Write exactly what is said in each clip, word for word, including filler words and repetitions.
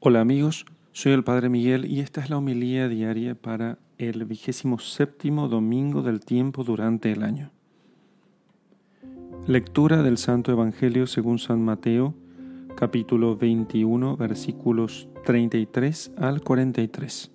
Hola amigos, soy el Padre Miguel y esta es la homilía diaria para el vigésimo séptimo domingo del tiempo durante el año. Lectura del Santo Evangelio según San Mateo, capítulo veintiuno, versículos treinta y tres al cuarenta y tres.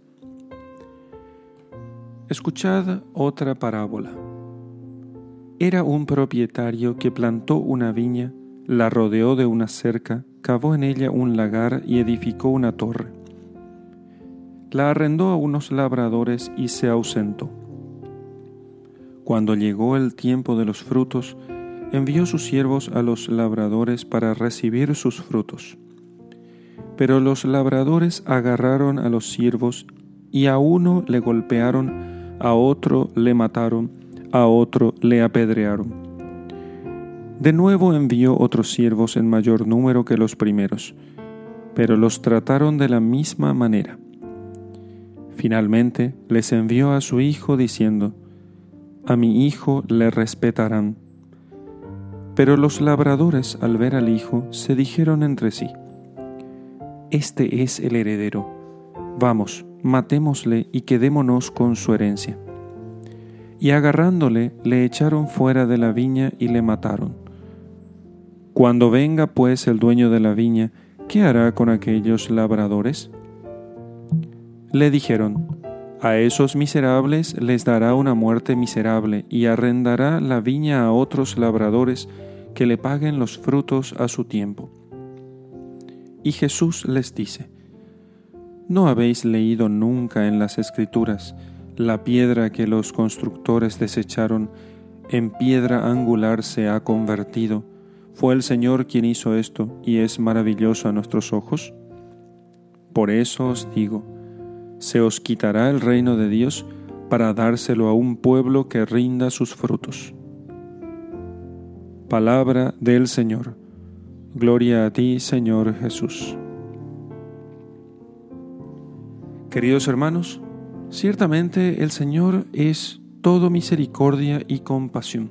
Escuchad otra parábola. Era un propietario que plantó una viña, la rodeó de una cerca, cavó en ella un lagar y edificó una torre. La arrendó a unos labradores y se ausentó. Cuando llegó el tiempo de los frutos, envió sus siervos a los labradores para recibir sus frutos. Pero los labradores agarraron a los siervos y a uno le golpearon, a otro le mataron, a otro le apedrearon. De nuevo envió otros siervos en mayor número que los primeros, pero los trataron de la misma manera. Finalmente les envió a su hijo diciendo: «A mi hijo le respetarán». Pero los labradores, al ver al hijo, se dijeron entre sí: «Este es el heredero. Vamos, matémosle y quedémonos con su herencia». Y agarrándole, le echaron fuera de la viña y le mataron. Cuando venga pues el dueño de la viña, ¿qué hará con aquellos labradores? Le dijeron: «A esos miserables les dará una muerte miserable y arrendará la viña a otros labradores que le paguen los frutos a su tiempo». Y Jesús les dice: «¿No habéis leído nunca en las Escrituras la piedra que los constructores desecharon, en piedra angular se ha convertido? Fue el Señor quien hizo esto, y es maravilloso a nuestros ojos. Por eso os digo, se os quitará el reino de Dios para dárselo a un pueblo que rinda sus frutos». Palabra del Señor. Gloria a ti, Señor Jesús. Queridos hermanos, ciertamente el Señor es todo misericordia y compasión.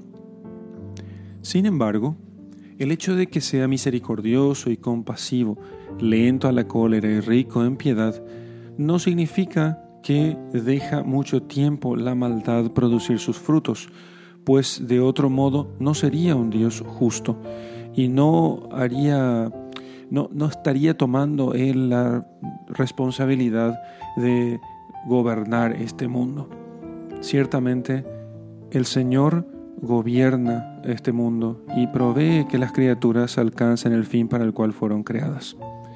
Sin embargo, el hecho de que sea misericordioso y compasivo, lento a la cólera y rico en piedad, no significa que deja mucho tiempo la maldad producir sus frutos, pues de otro modo no sería un Dios justo y no haría, no, no estaría tomando Él la responsabilidad de gobernar este mundo. Ciertamente, el Señor gobierna este mundo y provee que las criaturas alcancen el fin para el cual fueron creadas.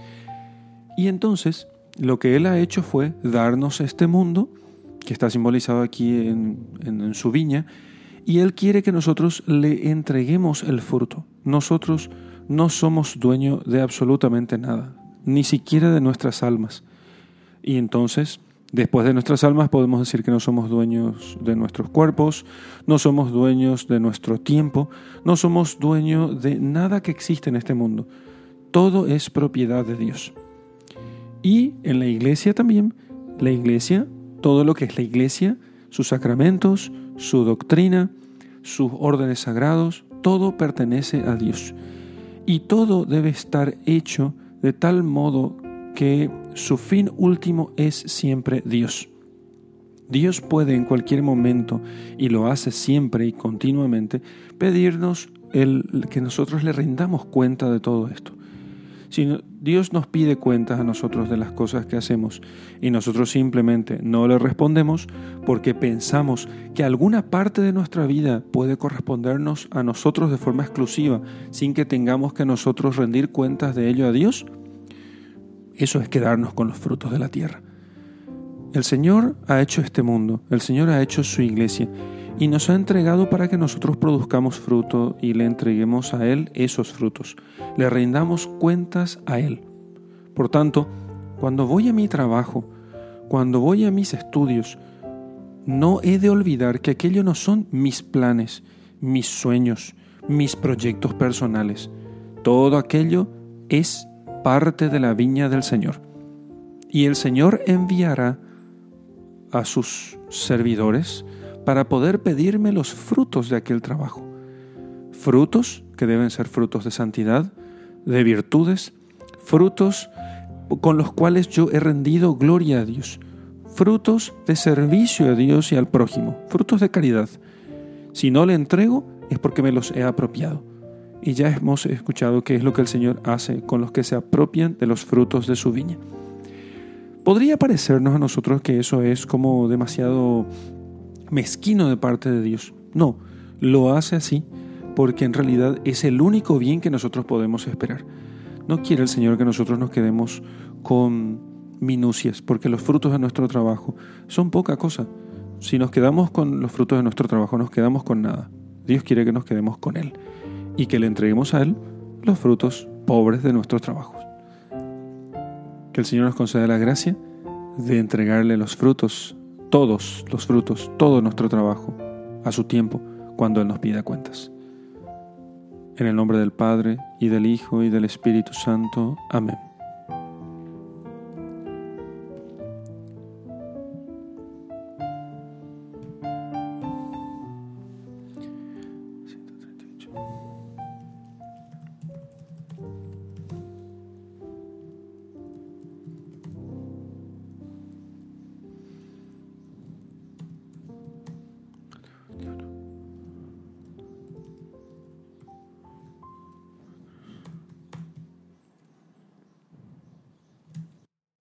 Y entonces, lo que Él ha hecho fue darnos este mundo, que está simbolizado aquí en, en, en su viña, y Él quiere que nosotros le entreguemos el fruto. Nosotros no somos dueños de absolutamente nada, ni siquiera de nuestras almas. Y entonces, después de nuestras almas podemos decir que no somos dueños de nuestros cuerpos, no somos dueños de nuestro tiempo, no somos dueños de nada que existe en este mundo. Todo es propiedad de Dios. Y en la iglesia también, la iglesia, todo lo que es la iglesia, sus sacramentos, su doctrina, sus órdenes sagrados, todo pertenece a Dios. Y todo debe estar hecho de tal modo que su fin último es siempre Dios. Dios puede en cualquier momento, y lo hace siempre y continuamente, pedirnos el, que nosotros le rindamos cuenta de todo esto. Si Dios nos pide cuentas a nosotros de las cosas que hacemos y nosotros simplemente no le respondemos porque pensamos que alguna parte de nuestra vida puede correspondernos a nosotros de forma exclusiva sin que tengamos que nosotros rendir cuentas de ello a Dios, eso es quedarnos con los frutos de la tierra. El Señor ha hecho este mundo, el Señor ha hecho su iglesia y nos ha entregado para que nosotros produzcamos fruto y le entreguemos a Él esos frutos. Le rindamos cuentas a Él. Por tanto, cuando voy a mi trabajo, cuando voy a mis estudios, no he de olvidar que aquello no son mis planes, mis sueños, mis proyectos personales. Todo aquello es parte de la viña del Señor. Y el Señor enviará a sus servidores para poder pedirme los frutos de aquel trabajo. Frutos que deben ser frutos de santidad, de virtudes, frutos con los cuales yo he rendido gloria a Dios, frutos de servicio a Dios y al prójimo, frutos de caridad. Si no le entrego es porque me los he apropiado. Y ya hemos escuchado qué es lo que el Señor hace con los que se apropian de los frutos de su viña. Podría parecernos a nosotros que eso es como demasiado mezquino de parte de Dios. No, lo hace así porque en realidad es el único bien que nosotros podemos esperar. No quiere el Señor que nosotros nos quedemos con minucias, porque los frutos de nuestro trabajo son poca cosa. Si nos quedamos con los frutos de nuestro trabajo, nos quedamos con nada. Dios quiere que nos quedemos con Él y que le entreguemos a Él los frutos pobres de nuestros trabajos. Que el Señor nos conceda la gracia de entregarle los frutos, todos los frutos, todo nuestro trabajo, a su tiempo, cuando Él nos pida cuentas. En el nombre del Padre, y del Hijo, y del Espíritu Santo. Amén.